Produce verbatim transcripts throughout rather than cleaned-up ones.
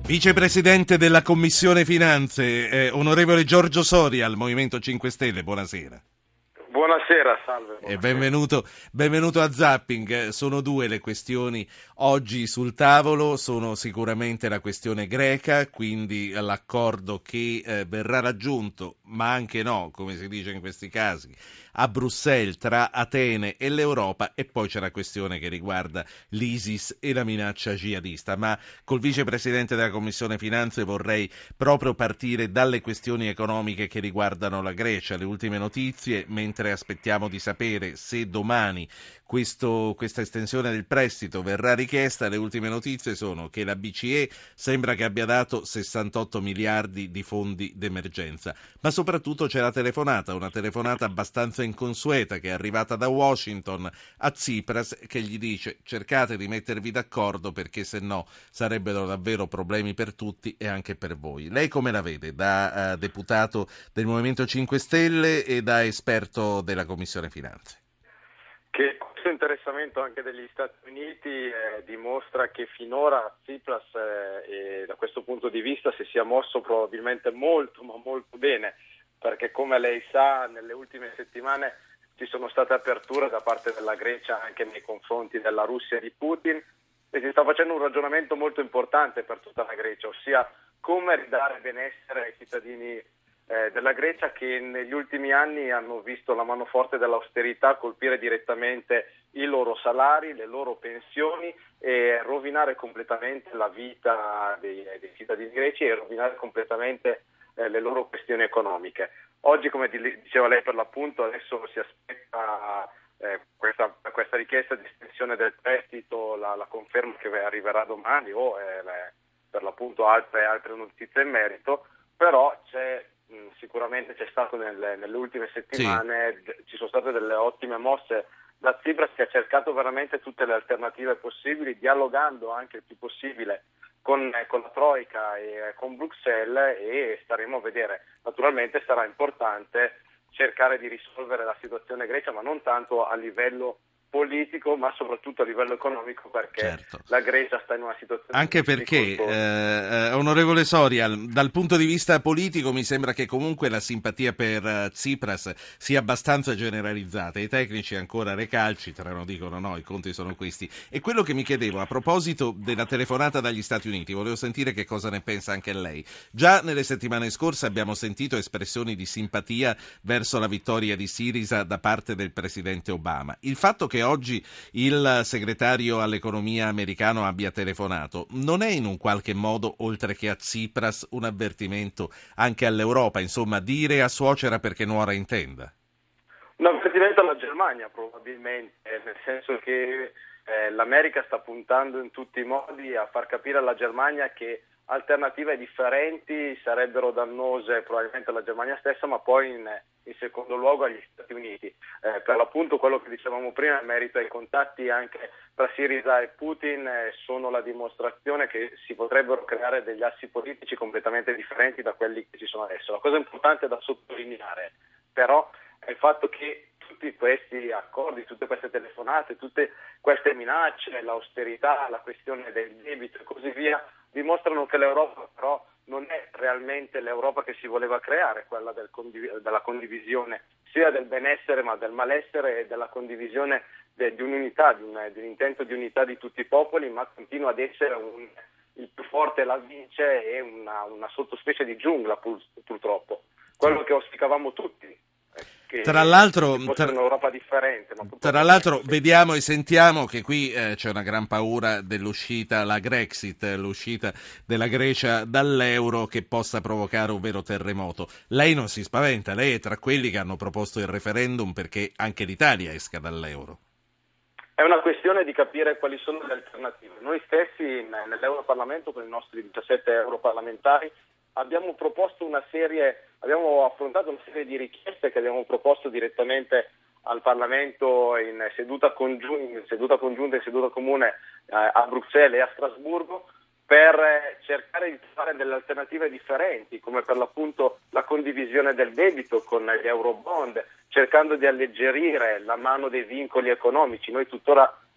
Vicepresidente della Commissione Finanze, eh, onorevole Giorgio Soria, al Movimento cinque Stelle, buonasera. Buonasera, salve. Buonasera. E benvenuto, benvenuto a Zapping. Sono due le questioni oggi sul tavolo, sono sicuramente la questione greca, quindi l'accordo che eh, verrà raggiunto, ma anche no, come si dice in questi casi, a Bruxelles tra Atene e l'Europa, e poi c'è la questione che riguarda l'ISIS e la minaccia jihadista. Ma col vicepresidente della Commissione Finanze vorrei proprio partire dalle questioni economiche che riguardano la Grecia, le ultime notizie, mentre aspettiamo di sapere se domani questo, questa estensione del prestito verrà richiesta. Le ultime notizie sono che la B C E sembra che abbia dato sessantotto miliardi di fondi d'emergenza, ma soprattutto c'è la telefonata, una telefonata abbastanza inconsueta che è arrivata da Washington a Tsipras, che gli dice: cercate di mettervi d'accordo perché se no sarebbero davvero problemi per tutti e anche per voi. Lei come la vede da uh, deputato del Movimento cinque Stelle e da esperto della Commissione Finanze? Che questo interessamento anche degli Stati Uniti eh, dimostra che finora Tsipras eh, da questo punto di vista si sia mosso probabilmente molto ma molto bene, perché come lei sa nelle ultime settimane ci sono state aperture da parte della Grecia anche nei confronti della Russia di Putin, e si sta facendo un ragionamento molto importante per tutta la Grecia, ossia come ridare benessere ai cittadini eh, della Grecia, che negli ultimi anni hanno visto la manoforte dell'austerità colpire direttamente i loro salari, le loro pensioni e rovinare completamente la vita dei, dei cittadini greci e rovinare completamente eh, le loro questioni economiche. Oggi, come diceva lei per l'appunto, adesso si aspetta eh, questa, questa richiesta di estensione del prestito, la, la conferma che arriverà domani o eh, le, per l'appunto altre, altre notizie in merito, però c'è mh, sicuramente c'è stato nelle, nelle ultime settimane, sì. d- ci sono state delle ottime mosse da Tsipras, che ha cercato veramente tutte le alternative possibili, dialogando anche il più possibile con, eh, con la Troika e eh, con Bruxelles, e staremo a vedere. Naturalmente sarà importante cercare di risolvere la situazione grecia, ma non tanto a livello politico, ma soprattutto a livello economico, perché certo. La Grecia sta in una situazione anche perché eh, onorevole Soria, dal punto di vista politico mi sembra che comunque la simpatia per uh, Tsipras sia abbastanza generalizzata. I tecnici ancora recalcitrano, dicono no, i conti sono questi. E quello che mi chiedevo a proposito della telefonata dagli Stati Uniti, volevo sentire che cosa ne pensa anche lei. Già nelle settimane scorse abbiamo sentito espressioni di simpatia verso la vittoria di Syriza da parte del presidente Obama. Il fatto che oggi il segretario all'economia americano abbia telefonato non è in un qualche modo, oltre che a Tsipras, un avvertimento anche all'Europa, insomma, dire a suocera perché nuora intenda? Un avvertimento alla Germania probabilmente, nel senso che eh, l'America sta puntando in tutti i modi a far capire alla Germania che alternative differenti sarebbero dannose probabilmente alla Germania stessa, ma poi in, in secondo luogo agli Stati Uniti. Eh, per l'appunto quello che dicevamo prima in merito ai contatti anche tra Syriza e Putin eh, sono la dimostrazione che si potrebbero creare degli assi politici completamente differenti da quelli che ci sono adesso. La cosa importante da sottolineare però è il fatto che tutti questi accordi, tutte queste telefonate, tutte queste minacce, l'austerità, la questione del debito e così via, dimostrano che l'Europa però non è realmente l'Europa che si voleva creare, quella del condiv- della condivisione sia del benessere ma del malessere, e della condivisione de- di un'unità, di un, di un intento di unità di tutti i popoli, ma continua ad essere un, il più forte la vince e una, una sottospecie di giungla pur, purtroppo. Quello che auspicavamo tutti. Che tra l'altro, tra, un'Europa differente, ma tra l'altro vediamo e sentiamo che qui eh, c'è una gran paura dell'uscita, la Grexit, l'uscita della Grecia dall'euro, che possa provocare un vero terremoto. Lei non si spaventa, lei è tra quelli che hanno proposto il referendum perché anche l'Italia esca dall'euro. È una questione di capire quali sono le alternative. Noi stessi nell'Europarlamento, con i nostri diciassette europarlamentari, abbiamo proposto una serie, abbiamo affrontato una serie di richieste che abbiamo proposto direttamente al Parlamento in seduta congiunta, in seduta congiunta, in seduta comune eh, a Bruxelles e a Strasburgo, per cercare di trovare delle alternative differenti, come per l'appunto la condivisione del debito con gli eurobond, cercando di alleggerire la mano dei vincoli economici. Noi tuttora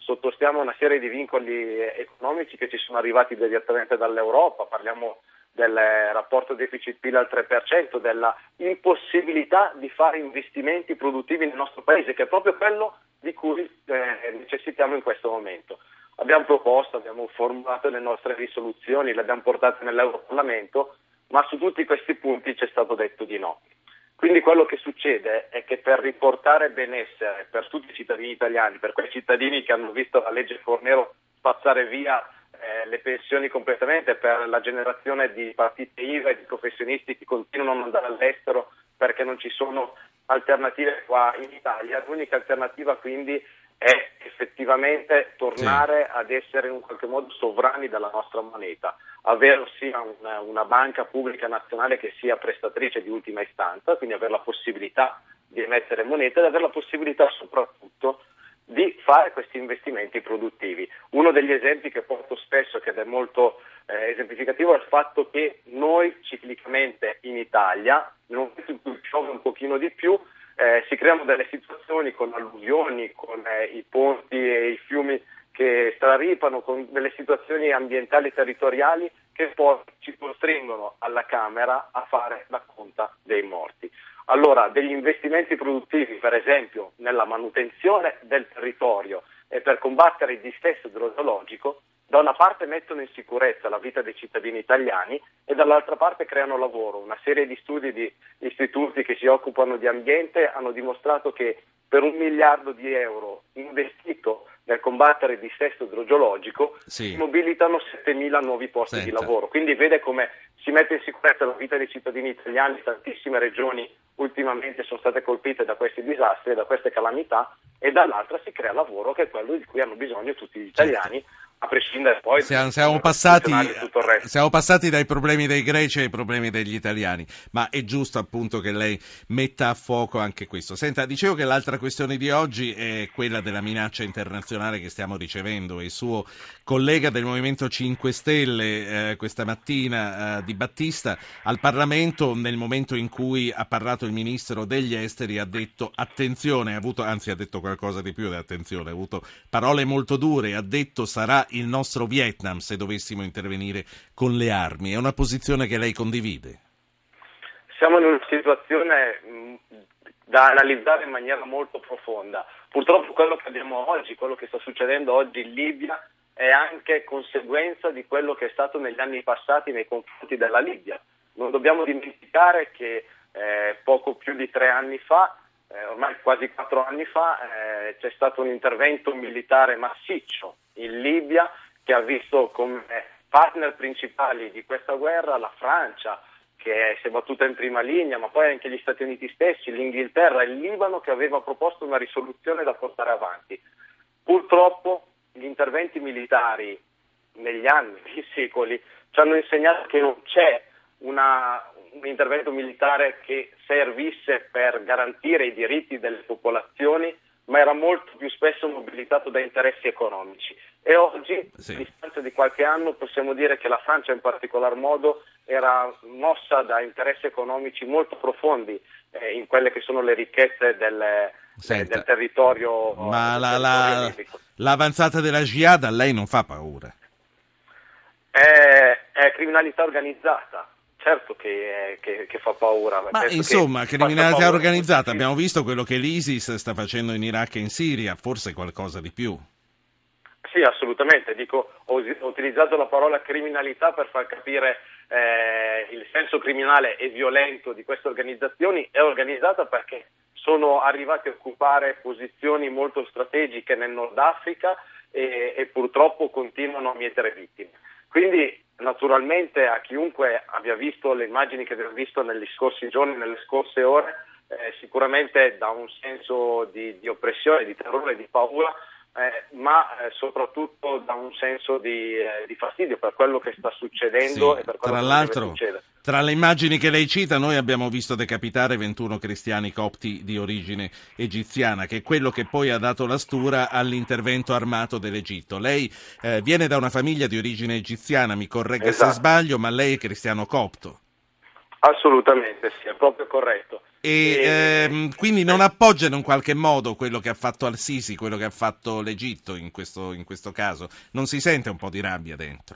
sottostiamo a una serie di vincoli economici che ci sono arrivati direttamente dall'Europa, parliamo del rapporto deficit-P I L al tre per cento, della impossibilità di fare investimenti produttivi nel nostro paese, che è proprio quello di cui eh, necessitiamo in questo momento. Abbiamo proposto, abbiamo formulato le nostre risoluzioni, le abbiamo portate nell'Europarlamento, ma su tutti questi punti ci è stato detto di no. Quindi quello che succede è che per riportare benessere per tutti i cittadini italiani, per quei cittadini che hanno visto la legge Fornero spazzare via eh, le pensioni completamente, per la generazione di partite I V A e di professionisti che continuano a andare all'estero perché non ci sono alternative qua in Italia, l'unica alternativa quindi è effettivamente tornare sì. ad essere in un qualche modo sovrani della nostra moneta, avere sia una, una banca pubblica nazionale che sia prestatrice di ultima istanza, quindi avere la possibilità di emettere moneta ed avere la possibilità soprattutto di fare questi investimenti produttivi. Uno degli esempi che porto spesso, che è molto eh, esemplificativo, è il fatto che noi ciclicamente in Italia, nel momento in cui piove un pochino di più, Eh, si creano delle situazioni con alluvioni, con eh, i ponti e i fiumi che straripano, con delle situazioni ambientali e territoriali che poi ci costringono alla Camera a fare la conta dei morti. Allora, degli investimenti produttivi, per esempio, nella manutenzione del territorio e per combattere il dissesto idrogeologico, da una parte mettono in sicurezza la vita dei cittadini italiani e dall'altra parte creano lavoro. Una serie di studi di istituti che si occupano di ambiente hanno dimostrato che per un miliardo di euro investito nel combattere il dissesto idrogeologico sì. si mobilitano settemila nuovi posti Senta. di lavoro. Quindi vede come si mette in sicurezza la vita dei cittadini italiani. Tantissime regioni ultimamente sono state colpite da questi disastri e da queste calamità, e dall'altra si crea lavoro, che è quello di cui hanno bisogno tutti gli italiani. Certo. A prescindere poi siamo, siamo, passati, siamo passati dai problemi dei greci ai problemi degli italiani, ma è giusto appunto che lei metta a fuoco anche questo. Senta, dicevo che l'altra questione di oggi è quella della minaccia internazionale che stiamo ricevendo. Il suo collega del Movimento cinque Stelle eh, questa mattina, eh, Di Battista, al Parlamento, nel momento in cui ha parlato il ministro degli esteri, ha detto attenzione, ha avuto, anzi ha detto qualcosa di più di attenzione, ha avuto parole molto dure, ha detto sarà il nostro Vietnam se dovessimo intervenire con le armi. È una posizione che lei condivide? Siamo in una situazione mh, da analizzare in maniera molto profonda. Purtroppo quello che abbiamo oggi, quello che sta succedendo oggi in Libia, è anche conseguenza di quello che è stato negli anni passati nei confronti della Libia. Non dobbiamo dimenticare che eh, poco più di tre anni fa, eh, ormai quasi quattro anni fa, eh, c'è stato un intervento militare massiccio in Libia che ha visto come partner principali di questa guerra la Francia, che si è battuta in prima linea, ma poi anche gli Stati Uniti stessi, l'Inghilterra e il Libano, che aveva proposto una risoluzione da portare avanti. Purtroppo gli interventi militari negli anni, nei secoli, ci hanno insegnato che non c'è una, un intervento militare che servisse per garantire i diritti delle popolazioni, ma era molto più spesso mobilitato da interessi economici. E oggi, sì. a distanza di qualche anno, possiamo dire che la Francia in particolar modo era mossa da interessi economici molto profondi eh, in quelle che sono le ricchezze del, eh, del territorio. Ma del la, territorio la, l'avanzata della Jihad a lei non fa paura? È, è criminalità organizzata. Certo che, che, che fa paura. Ma insomma, criminalità organizzata, abbiamo visto quello che l'ISIS sta facendo in Iraq e in Siria, forse qualcosa di più. Sì, assolutamente. Dico, ho, ho utilizzato la parola criminalità per far capire eh, il senso criminale e violento di queste organizzazioni. È organizzata perché sono arrivati a occupare posizioni molto strategiche nel Nord Africa e, e purtroppo continuano a mietere vittime. Quindi naturalmente a chiunque abbia visto le immagini che abbiamo visto negli scorsi giorni, nelle scorse ore, eh, sicuramente dà un senso di, di oppressione, di terrore, di paura, eh, ma eh, soprattutto dà un senso di, eh, di fastidio per quello che sta succedendo sì, e per quello tra che l'altro, deve succedere. Tra le immagini che lei cita, noi abbiamo visto decapitare ventuno cristiani copti di origine egiziana, che è quello che poi ha dato la stura all'intervento armato dell'Egitto. Lei eh, viene da una famiglia di origine egiziana, mi corregga esatto. se sbaglio, ma lei è cristiano copto. Assolutamente sì, è proprio corretto. E, e... ehm, quindi non appoggiano in qualche modo quello che ha fatto Al-Sisi, quello che ha fatto l'Egitto in questo, in questo caso? Non si sente un po' di rabbia dentro?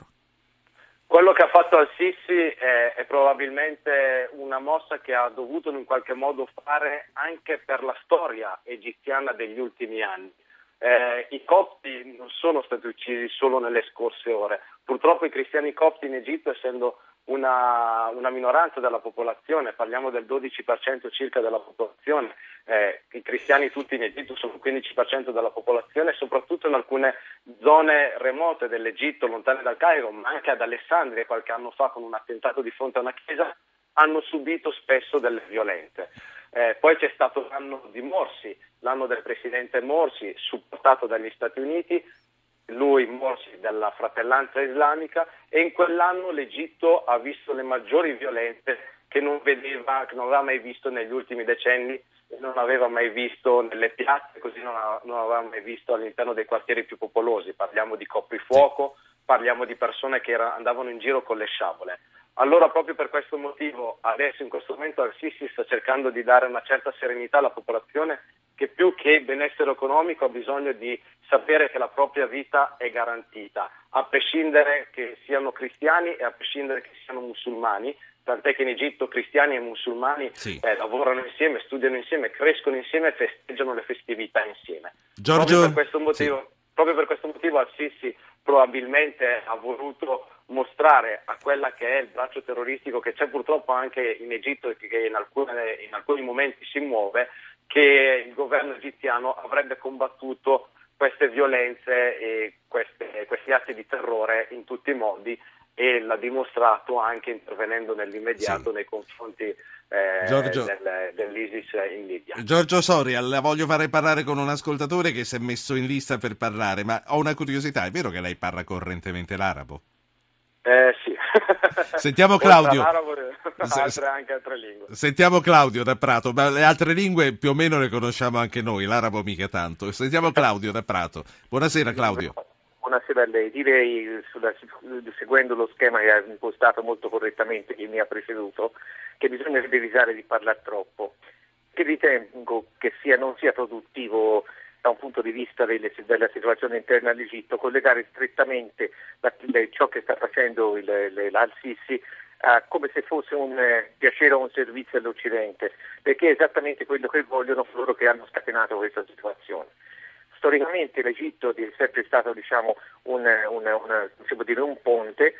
Quello che ha fatto Al-Sisi è, è probabilmente una mossa che ha dovuto in qualche modo fare anche per la storia egiziana degli ultimi anni. Eh, I copti non sono stati uccisi solo nelle scorse ore. Purtroppo i cristiani copti in Egitto, essendo una, una minoranza della popolazione, parliamo del dodici per cento circa della popolazione, eh, i cristiani tutti in Egitto sono il quindici per cento della popolazione, soprattutto in alcune zone remote dell'Egitto, lontane dal Cairo, ma anche ad Alessandria qualche anno fa con un attentato di fronte a una chiesa, hanno subito spesso delle violenze. Eh, poi c'è stato l'anno di Morsi, l'anno del presidente Morsi, supportato dagli Stati Uniti, lui Morsi della Fratellanza Islamica, e in quell'anno l'Egitto ha visto le maggiori violenze che non vedeva, che non aveva mai visto negli ultimi decenni, e non aveva mai visto nelle piazze, così non, ha, non aveva mai visto all'interno dei quartieri più popolosi. Parliamo di coprifuoco, parliamo di persone che era, andavano in giro con le sciabole. Allora proprio per questo motivo adesso in questo momento Al-Sisi sta cercando di dare una certa serenità alla popolazione, che più che benessere economico ha bisogno di sapere che la propria vita è garantita, a prescindere che siano cristiani e a prescindere che siano musulmani, tant'è che in Egitto cristiani e musulmani sì. eh, lavorano insieme, studiano insieme, crescono insieme e festeggiano le festività insieme. Giorgio... Proprio per questo motivo, sì. proprio per questo motivo Al-Sisi probabilmente ha voluto mostrare a quella che è il braccio terroristico che c'è purtroppo anche in Egitto e che in, alcune, in alcuni momenti si muove, che il governo egiziano avrebbe combattuto queste violenze e queste, questi atti di terrore in tutti i modi, e l'ha dimostrato anche intervenendo nell'immediato sì. nei confronti eh, Giorgio... del, dell'ISIS in Libia. Giorgio Soria, la voglio fare parlare con un ascoltatore che si è messo in lista per parlare, ma ho una curiosità, è vero che lei parla correntemente l'arabo? Eh sì. Sentiamo Claudio. L'arabo, altre, anche altre lingue. Sentiamo Claudio da Prato, ma le altre lingue più o meno le conosciamo anche noi, l'arabo mica tanto. Sentiamo Claudio da Prato. Buonasera Claudio. Buonasera a lei. Direi, sulla, seguendo lo schema che ha impostato molto correttamente chi mi ha preceduto, che bisognerebbe evitare di parlare troppo, che ritengo che sia, non sia produttivo da un punto di vista delle, della situazione interna all'Egitto, collegare strettamente la, le, ciò che sta facendo il, le, l'Al-Sisi uh, come se fosse un eh, piacere o un servizio all'Occidente, perché è esattamente quello che vogliono coloro che hanno scatenato questa situazione. Storicamente l'Egitto è sempre stato, diciamo, un, un, un, si può dire, un ponte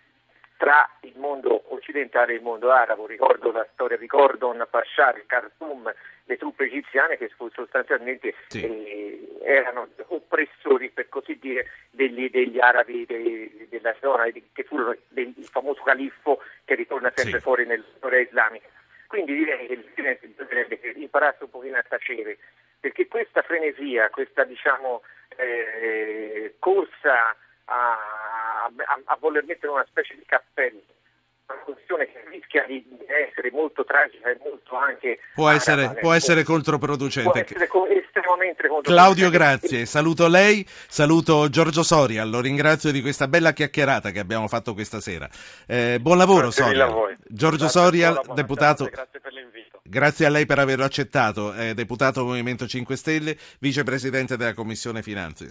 tra il mondo occidentale e il mondo arabo. Ricordo la storia di Gordon, Bashar, Khartoum, le truppe egiziane che sostanzialmente sì. eh, erano oppressori, per così dire, degli, degli arabi de, della zona, che furono del, il famoso califfo che ritorna sempre sì. fuori nella storia islamica. Quindi direi che l'Occidente dovrebbe imparare un pochino a tacere, perché questa frenesia, questa diciamo eh, corsa a, a, a voler mettere una specie di cappello, una questione che rischia di essere molto tragica e molto anche può essere, araba, può essere controproducente. Può essere co- estremamente controproducente. Claudio, grazie. Saluto lei, saluto Giorgio Soria, lo ringrazio di questa bella chiacchierata che abbiamo fatto questa sera. Eh, buon lavoro grazie Soria. Giorgio grazie Soria, deputato. Grazie per l'invito. Grazie a lei per averlo accettato, eh, deputato Movimento cinque Stelle, vicepresidente della Commissione Finanze.